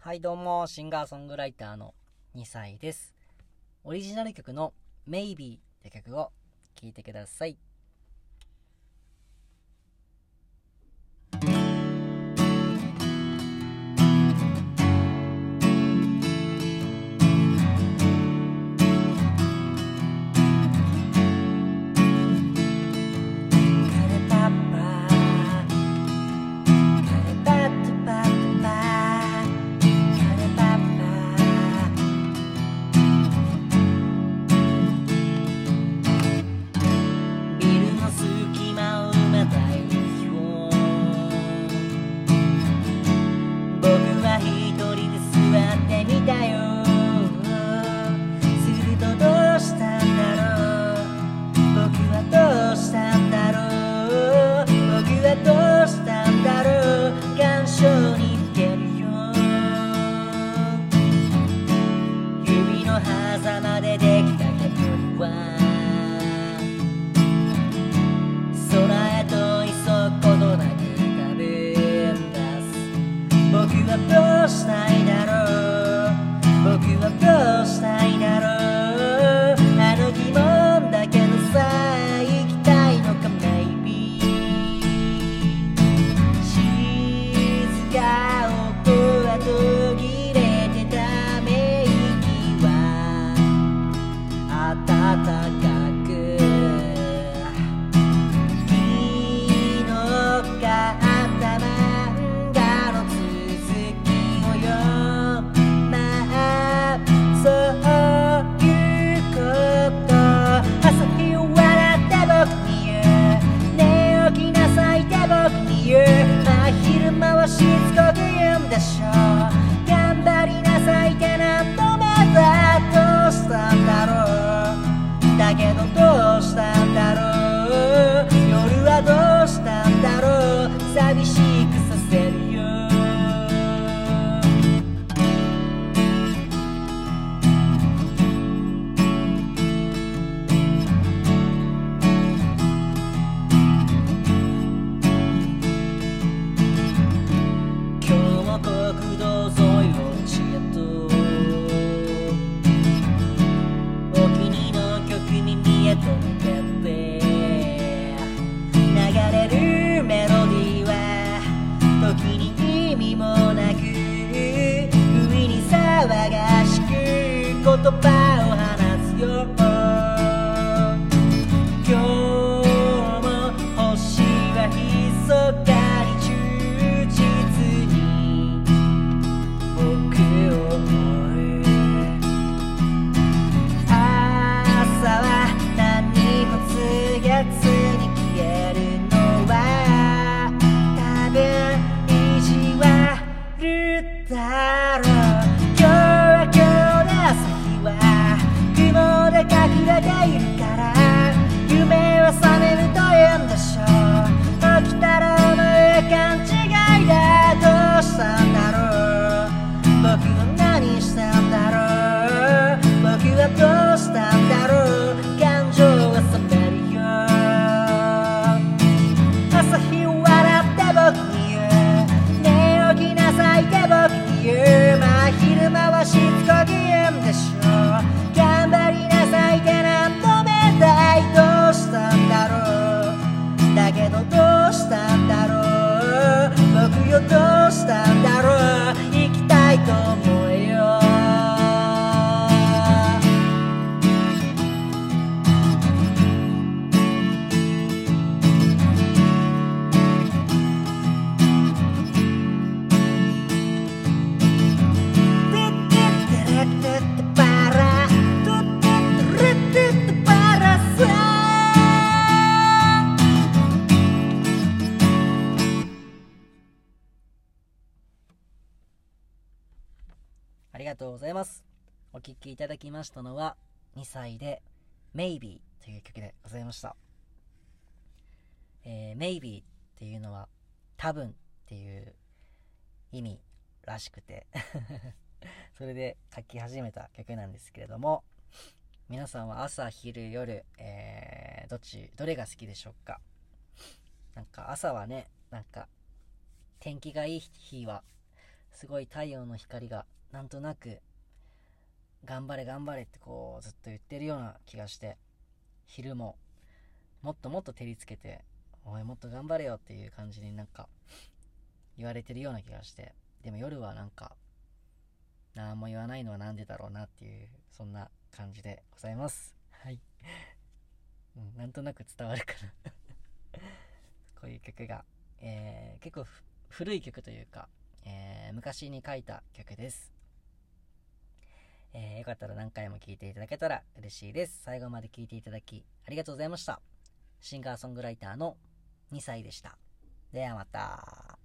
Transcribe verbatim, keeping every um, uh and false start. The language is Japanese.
はいどうも、シンガーソングライターのにさいです。オリジナル曲の Maybe って曲を聴いてください。ありがとうございます。お聴きいただきましたのはにさいで Maybe という曲でございました。えー、Maybe っていうのは多分っていう意味らしくてそれで書き始めた曲なんですけれども、皆さんは朝昼夜、えー、どっちどれが好きでしょうか。なんか朝はね、なんか天気がいい日はすごい太陽の光がなんとなく頑張れ頑張れってこうずっと言ってるような気がして、昼ももっともっと照りつけて、おいもっと頑張れよっていう感じになんか言われてるような気がして、でも夜はなんか何も言わないのはなんでだろうなっていう、そんな感じでございます。はい、うん、なんとなく伝わるかなこういう曲が、えー、結構古い曲というか、えー、昔に書いた曲です。えー、よかったら何回も聴いていただけたら嬉しいです。最後まで聴いていただきありがとうございました。シンガーソングライターのにさいでした。ではまた。